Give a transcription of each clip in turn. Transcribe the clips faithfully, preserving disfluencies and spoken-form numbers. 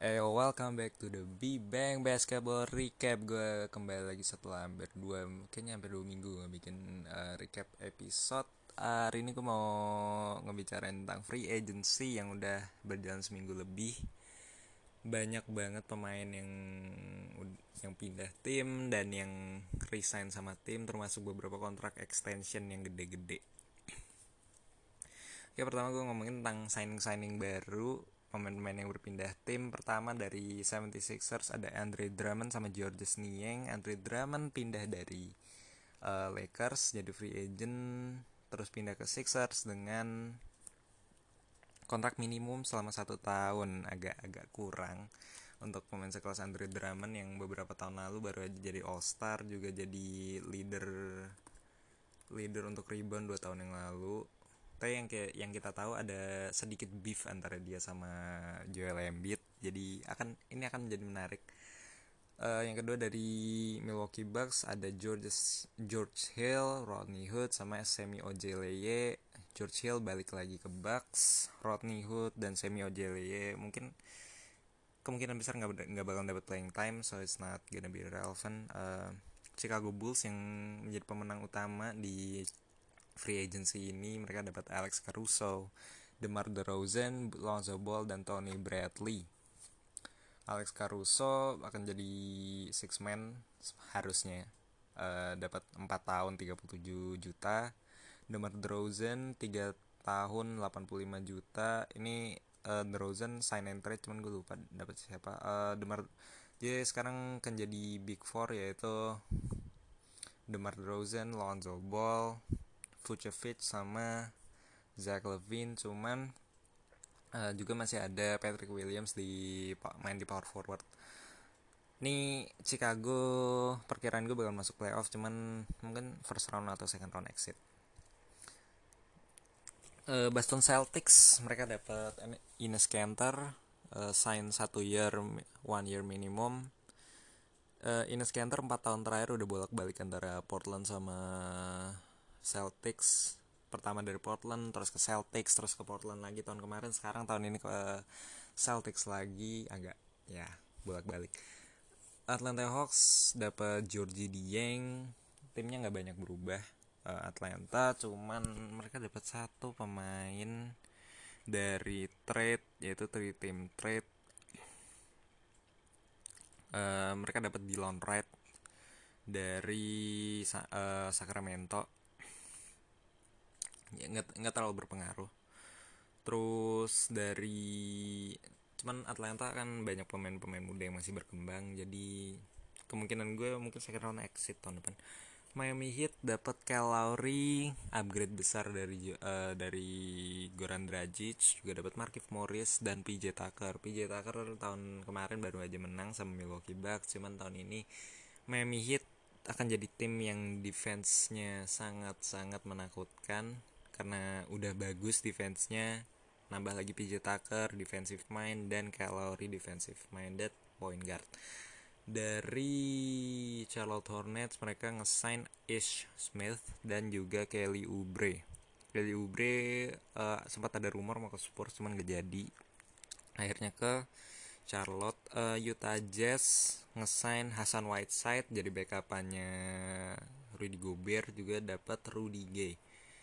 Eh, welcome back to the Big Bang Basketball Recap. Gue kembali lagi setelah hampir dua, kayaknya hampir dua minggu gak bikin uh, recap episode. Uh, hari ini gue mau ngebicarain tentang free agency yang udah berjalan seminggu lebih. Banyak banget pemain yang yang pindah tim dan yang resign sama tim, termasuk beberapa kontrak extension yang gede-gede. Oke, pertama gue ngomongin tentang signing-signing baru, pemain-pemain yang berpindah tim. Pertama dari tujuh puluh enam ers ada Andre Drummond sama Georges Niang. Andre Drummond pindah dari uh, Lakers jadi free agent, terus pindah ke Sixers dengan kontrak minimum selama satu tahun. Agak-agak kurang untuk pemain sekelas Andre Drummond yang beberapa tahun lalu baru aja jadi All Star, juga jadi leader leader untuk rebound dua tahun yang lalu. Tapi yang kayak yang kita tahu ada sedikit beef antara dia sama Joel Embiid, jadi akan ini akan menjadi menarik. Uh, yang kedua dari Milwaukee Bucks ada George George Hill, Rodney Hood sama Semi Ojeleye. George Hill balik lagi ke Bucks, Rodney Hood dan Semi Ojeleye mungkin kemungkinan besar nggak nggak bakal dapat playing time, so it's not gonna be relevant. Uh, Chicago Bulls yang menjadi pemenang utama di free agency ini, mereka dapat Alex Caruso, DeMar DeRozan, Lonzo Ball dan Tony Bradley. Alex Caruso akan jadi six man harusnya, uh, dapat empat tahun tiga puluh tujuh juta. DeMar DeRozan tiga tahun delapan puluh lima juta. Ini uh, DeRozan sign and trade, cuman gue lupa dapat siapa. Uh, DeMar dia sekarang kan jadi big four, yaitu DeMar DeRozan, Lonzo Ball, Vucevic sama Zach LaVine. Cuman uh, juga masih ada Patrick Williams di main di power forward. Ini Chicago perkiraan gue bakal masuk playoff, cuman mungkin first round atau second round exit. uh, Boston Celtics mereka dapat Enes Kanter, uh, sign satu year one year minimum. uh, Enes Kanter empat tahun terakhir udah bolak-balik antara Portland sama Celtics. Pertama dari Portland, terus ke Celtics, terus ke Portland lagi tahun kemarin. Sekarang tahun ini ke Celtics lagi, agak ya bolak-balik. Atlanta Hawks dapat Georgie Dieng. Timnya nggak banyak berubah. uh, Atlanta cuman mereka dapat satu pemain dari trade, yaitu three team trade. Uh, mereka dapat Delon Wright dari uh, Sacramento. Ya, nggak nggak terlalu berpengaruh. Terus dari cuman Atlanta kan banyak pemain-pemain muda yang masih berkembang, jadi kemungkinan gue mungkin second round exit tahun depan. Miami Heat dapat Kyle Lowry, upgrade besar dari uh, dari Goran Dragic, juga dapat Markieff Morris dan P J Tucker. P J Tucker tahun kemarin baru aja menang sama Milwaukee Bucks, cuman tahun ini Miami Heat akan jadi tim yang defense-nya sangat-sangat menakutkan karena udah bagus defense-nya. Nambah lagi P J Tucker defensive mind dan Kyle Lowry defensive minded point guard. Dari Charlotte Hornets mereka nge-sign Ish Smith dan juga Kelly Oubre. Kelly Oubre uh, sempat ada rumor mau ke Spurs cuman gak jadi. Akhirnya ke Charlotte. uh, Utah Jazz nge-sign Hassan Whiteside jadi backup-nya Rudy Gobert, juga dapat Rudy Gay.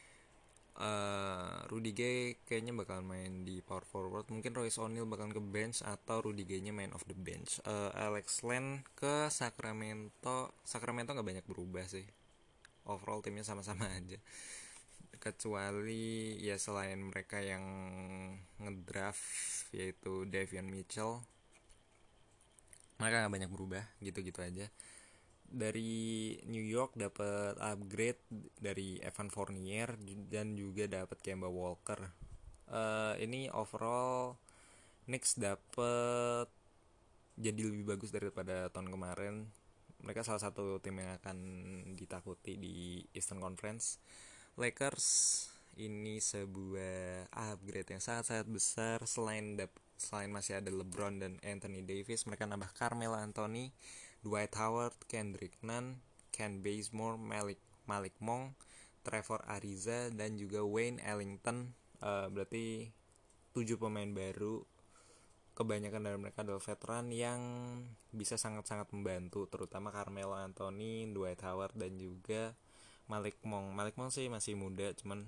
Uh, Rudy Gay kayaknya bakal main di power forward. Mungkin Royce O'Neal bakal ke bench atau Rudy Gay-nya main off the bench. uh, Alex Len ke Sacramento. Sacramento gak banyak berubah sih, overall timnya sama-sama aja, kecuali ya selain mereka yang ngedraft yaitu Davion Mitchell, mereka gak banyak berubah, gitu-gitu aja. Dari New York dapat upgrade dari Evan Fournier dan juga dapat Kemba Walker. Uh, ini overall Knicks dapat jadi lebih bagus daripada tahun kemarin. Mereka salah satu tim yang akan ditakuti di Eastern Conference. Lakers ini sebuah upgrade yang sangat-sangat besar. Selain dap- selain masih ada LeBron dan Anthony Davis, mereka nambah Carmelo Anthony, Dwight Howard, Kendrick Nunn, Ken Bazemore, Malik Malik Monk, Trevor Ariza dan juga Wayne Ellington. Uh, berarti tujuh pemain baru. kebanyakan dari mereka adalah veteran yang bisa sangat-sangat membantu, terutama Carmelo Anthony, Dwight Howard, dan juga Malik Monk. Malik Monk sih masih muda, cuman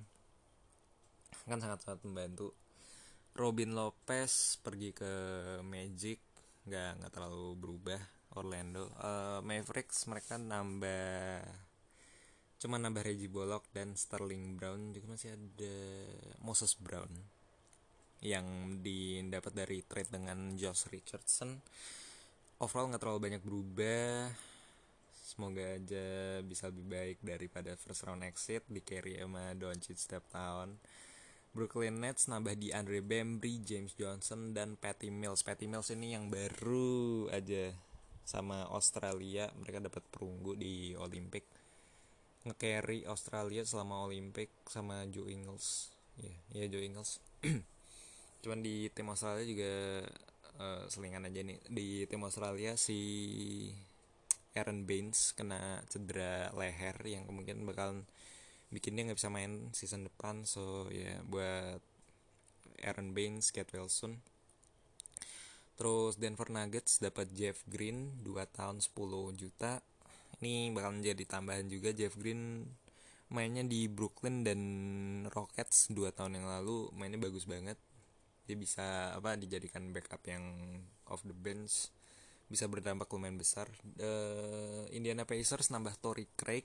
kan sangat-sangat membantu. Robin Lopez pergi ke Magic, nggak nggak terlalu berubah. Orlando uh, Mavericks mereka nambah, cuma nambah Reggie Bullock dan Sterling Brown, juga masih ada Moses Brown yang didapat dari trade dengan Josh Richardson. Overall nggak terlalu banyak berubah. Semoga aja bisa lebih baik daripada first round exit di carry sama Doncic setiap tahun. Brooklyn Nets nambah di Andre Bembry, James Johnson, dan Patty Mills. Patty Mills ini yang baru aja sama Australia, mereka dapat perunggu di Olympic, nge-carry Australia selama Olympic sama Joe Ingles. Ya, yeah, ya yeah, Joe Ingles. Cuman di tim Australia juga uh, selingan aja nih. Di tim Australia si Aaron Baines kena cedera leher yang kemungkinan bakalan bikin dia nggak bisa main season depan. So ya yeah, buat Aaron Baines, get well soon. Terus Denver Nuggets dapat Jeff Green dua tahun sepuluh juta. Ini bakal menjadi tambahan juga. Jeff Green mainnya di Brooklyn dan Rockets dua tahun yang lalu, mainnya bagus banget. Dia bisa apa dijadikan backup yang off the bench, bisa berdampak lumayan besar. uh, Indiana Pacers nambah Torrey Craig.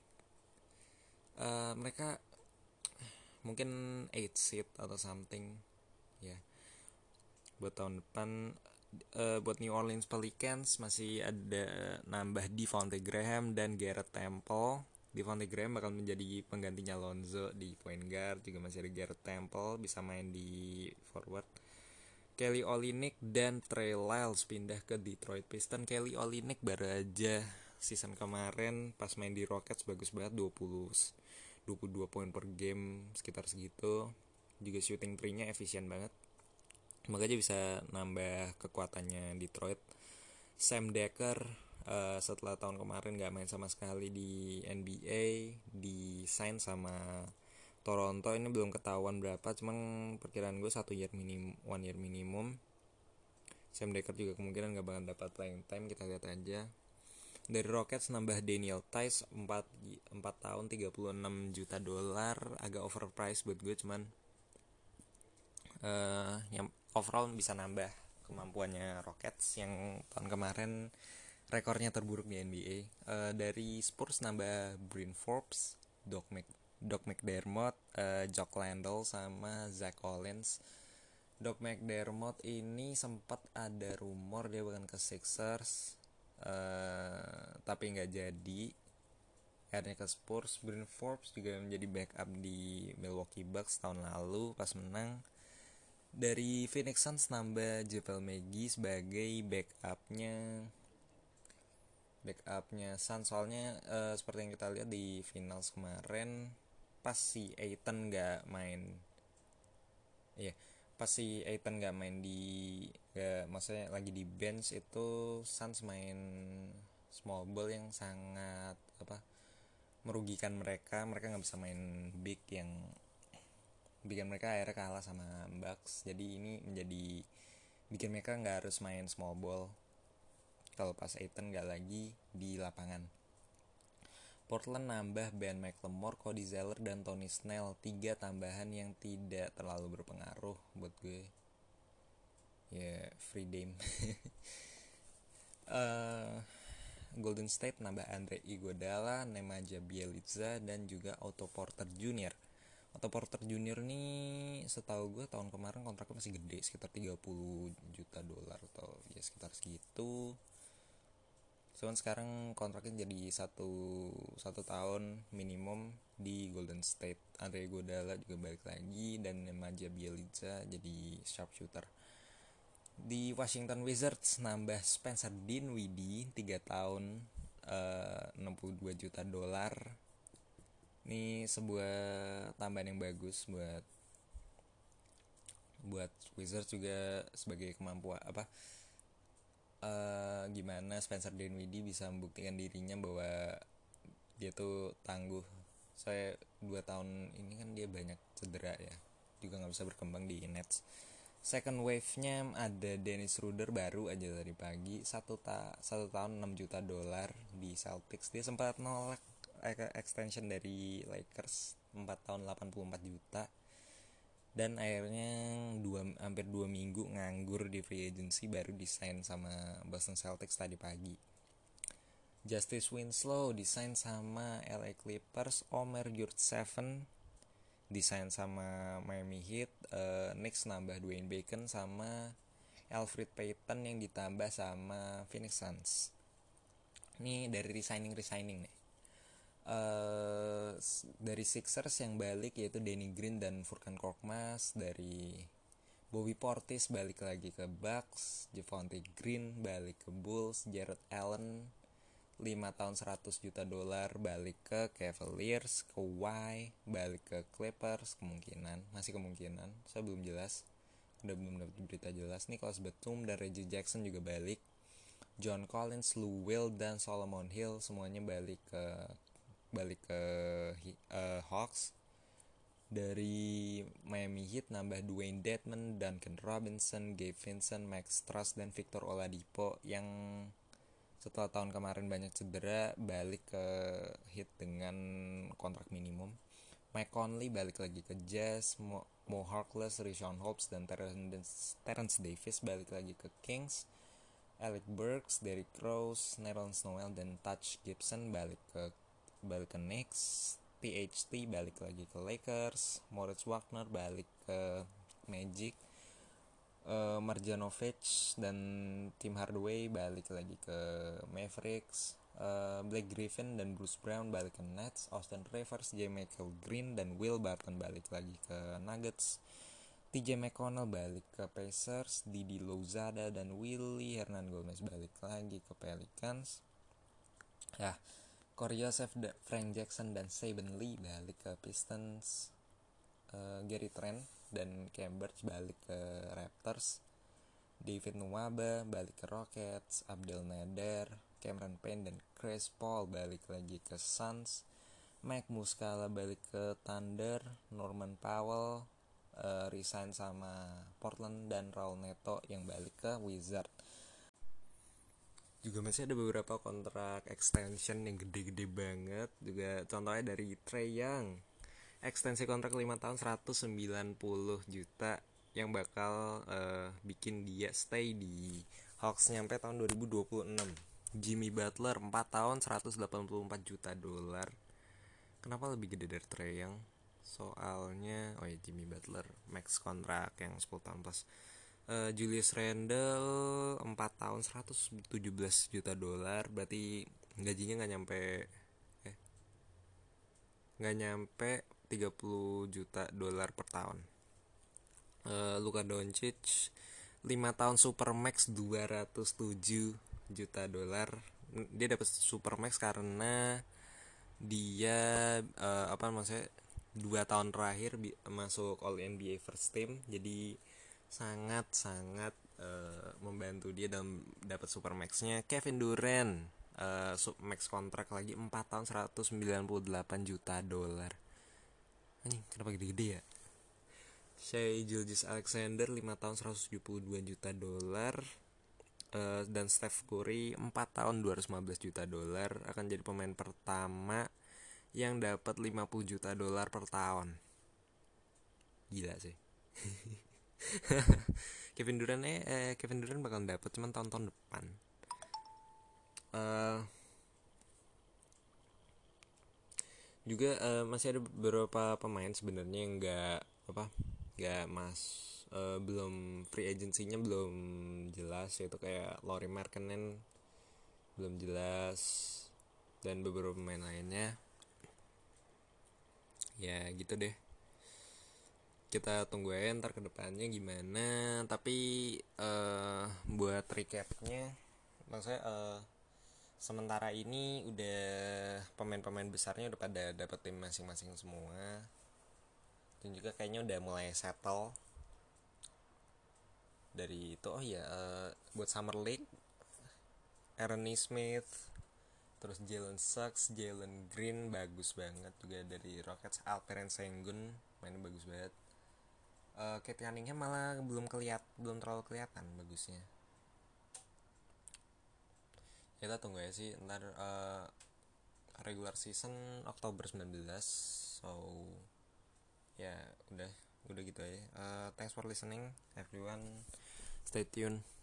uh, Mereka mungkin eight seed atau something ya yeah. Buat tahun depan uh, buat New Orleans Pelicans masih ada nambah Devonte Graham dan Garrett Temple. Devonte Graham bakal menjadi penggantinya Lonzo di point guard. Juga masih ada Garrett Temple, bisa main di forward. Kelly Olynyk dan Trey Lyles pindah ke Detroit Pistons. Kelly Olynyk baru aja season kemarin pas main di Rockets bagus banget, dua puluh dua puluh dua poin per game sekitar segitu. Juga shooting three-nya efisien banget. Makanya bisa nambah kekuatannya Detroit. Sam Dekker uh, setelah tahun kemarin gak main sama sekali di N B A, di sign sama Toronto. Ini belum ketahuan berapa, cuman perkiraan gue satu year minimum, one year minimum. Sam Dekker juga kemungkinan gak bakal dapat playing time, kita lihat aja. Dari Rockets nambah Daniel Theis empat, empat tahun tiga puluh enam juta dolar. Agak overpriced buat gue, cuman uh, yang overall bisa nambah kemampuannya Rockets yang tahun kemarin rekornya terburuk di N B A. Uh, dari Spurs nambah Bryn Forbes, Doc, Mc, Doc McDermott, uh, Jock Landale, sama Zach Collins. Doc McDermott ini sempat ada rumor dia bahkan ke Sixers, uh, tapi nggak jadi. Akhirnya ke Spurs. Bryn Forbes juga menjadi backup di Milwaukee Bucks tahun lalu pas menang. Dari Phoenix Suns nambah JaVale McGee sebagai backupnya backupnya Suns. Soalnya uh, seperti yang kita lihat di finals kemarin, pas si Ayton nggak main, iya, yeah, pas si Ayton nggak main di, nggak, maksudnya lagi di bench itu, Suns main small ball yang sangat apa merugikan mereka. Mereka nggak bisa main big yang bikin mereka akhirnya kalah sama Bucks. Jadi ini menjadi bikin mereka nggak harus main small ball kalau pas Ayton nggak lagi di lapangan. Portland nambah Ben McLemore, Cody Zeller, dan Tony Snell. Tiga tambahan yang tidak terlalu berpengaruh buat gue. Ya yeah, free Dame. uh, Golden State nambah Andre Iguodala, Nemanja Bjelica, dan juga Otto Porter Junior Otto Porter Junior nih setahu gue tahun kemarin kontraknya masih gede, sekitar tiga puluh juta dolar atau ya sekitar segitu. Cuman sekarang kontraknya jadi satu satu tahun minimum di Golden State. Andre Iguodala juga balik lagi, dan Nemanja Bjelica jadi sharpshooter. Di Washington Wizards nambah Spencer Dinwiddie tiga tahun, uh, enam puluh dua juta dolar. Ini sebuah tambahan yang bagus buat buat Wizards juga sebagai kemampuan apa uh, gimana Spencer Dinwiddie bisa membuktikan dirinya bahwa dia tuh tangguh. Saya dua tahun ini kan dia banyak cedera ya, juga nggak bisa berkembang di Nets. Second wave-nya ada Dennis Schroeder baru aja tadi pagi, satu ta satu tahun enam juta dolar di Celtics. Dia sempat nolak extension dari Lakers empat tahun delapan puluh empat juta, dan akhirnya dua, hampir dua minggu nganggur di free agency, baru desain sama Boston Celtics tadi pagi. Justice Winslow desain sama L A Clippers. Omer Yurtseven desain sama Miami Heat. uh, Knicks nambah Dwayne Bacon sama Elfrid Payton yang ditambah sama Phoenix Suns. Ini dari resigning-resigning nih. Uh, dari Sixers yang balik yaitu Danny Green dan Furkan Korkmaz. Dari Bobby Portis balik lagi ke Bucks. Javonte Green balik ke Bulls. Jarrett Allen lima tahun seratus juta dolar balik ke Cavaliers. Kawhi balik ke Clippers, kemungkinan, masih kemungkinan, saya belum jelas, udah belum dapat berita jelas. Nicholas Batum dan Reggie Jackson juga balik. John Collins, Lou Will dan Solomon Hill semuanya balik ke balik ke uh, Hawks. Dari Miami Heat nambah Dwayne Dedmon, Duncan Robinson, Gabe Vincent, Max Strus dan Victor Oladipo yang setelah tahun kemarin banyak cedera balik ke Heat dengan kontrak minimum. Mike Conley balik lagi ke Jazz. Mo, Mo Harkless, Richaun Holmes dan Terrence, Terrence Davis balik lagi ke Kings. Alec Burks, Derrick Rose, Nerlens Noel dan Taj Gibson balik ke balik ke Knicks. T H T balik lagi ke Lakers. Moritz Wagner balik ke Magic. Uh, Marjanovic dan Tim Hardaway balik lagi ke Mavericks. uh, Blake Griffin dan Bruce Brown balik ke Nets. Austin Rivers, J. Michael Green dan Will Barton balik lagi ke Nuggets. T J McConnell balik ke Pacers. Didi Louzada dan Willy Hernan Gomez balik lagi ke Pelicans. Ya, Corey Joseph, Frank Jackson dan Saben Lee balik ke Pistons. uh, Gary Trent dan Cambridge balik ke Raptors. David Nwaba balik ke Rockets. Abdel Nader, Cameron Payne dan Chris Paul balik lagi ke Suns. Mike Muscala balik ke Thunder. Norman Powell uh, resign sama Portland dan Raul Neto yang balik ke Wizards. Juga masih ada beberapa kontrak extension yang gede-gede banget. Juga contohnya dari Trae Young, ekstensi kontrak lima tahun seratus sembilan puluh juta yang bakal uh, bikin dia stay di Hawks nyampe tahun dua ribu dua puluh enam. Jimmy Butler empat tahun seratus delapan puluh empat juta dolar. Kenapa lebih gede dari Trae Young? Soalnya oh ya Jimmy Butler max kontrak yang sepuluh tahun plus. uh, Julius Randle empat tahun seratus tujuh belas juta dolar. Berarti gajinya gak nyampe eh Gak nyampe tiga puluh juta dolar per tahun. uh, Luka Doncic lima tahun Supermax dua ratus tujuh juta dolar. Dia dapat Supermax karena dia uh, apa maksudnya dua tahun terakhir bi- masuk All N B A First Team, jadi sangat-sangat uh, membantu dia dalam dapat Supermax-nya. Kevin Durant uh, max kontrak lagi empat tahun seratus sembilan puluh delapan juta dolar. Anjing, kenapa gede-gede ya? Shai Gilgeous-Alexander lima tahun seratus tujuh puluh dua juta dolar. Uh, dan Steph Curry empat tahun dua ratus lima belas juta dolar, akan jadi pemain pertama yang dapat lima puluh juta dolar per tahun. Gila sih. Kevin Durant eh, eh Kevin Durant bakal dapat cuman tahun-tahun depan. Uh, juga uh, masih ada beberapa pemain sebenarnya yang nggak apa nggak mas uh, belum free agency-nya belum jelas, yaitu kayak Lauri Markkanen belum jelas dan beberapa pemain lainnya. Ya gitu deh, kita tunggu aja ntar kedepannya gimana. Tapi uh, buat recapnya, maksudnya uh, sementara ini udah pemain-pemain besarnya udah pada dapat tim masing-masing semua, dan juga kayaknya udah mulai settle dari itu. Oh ya, uh, buat Summer League, Aaron Nesmith, terus Jalen Suggs, Jalen Green bagus banget juga dari Rockets. Alperen Sengun mainnya bagus banget. uh, Kate Cunningham malah belum keliat belum terlalu kelihatan bagusnya. Kita tunggu ya sih ntar uh, regular season Oktober sembilan belas. So ya udah udah gitu aja. Uh, thanks for listening everyone, stay tune.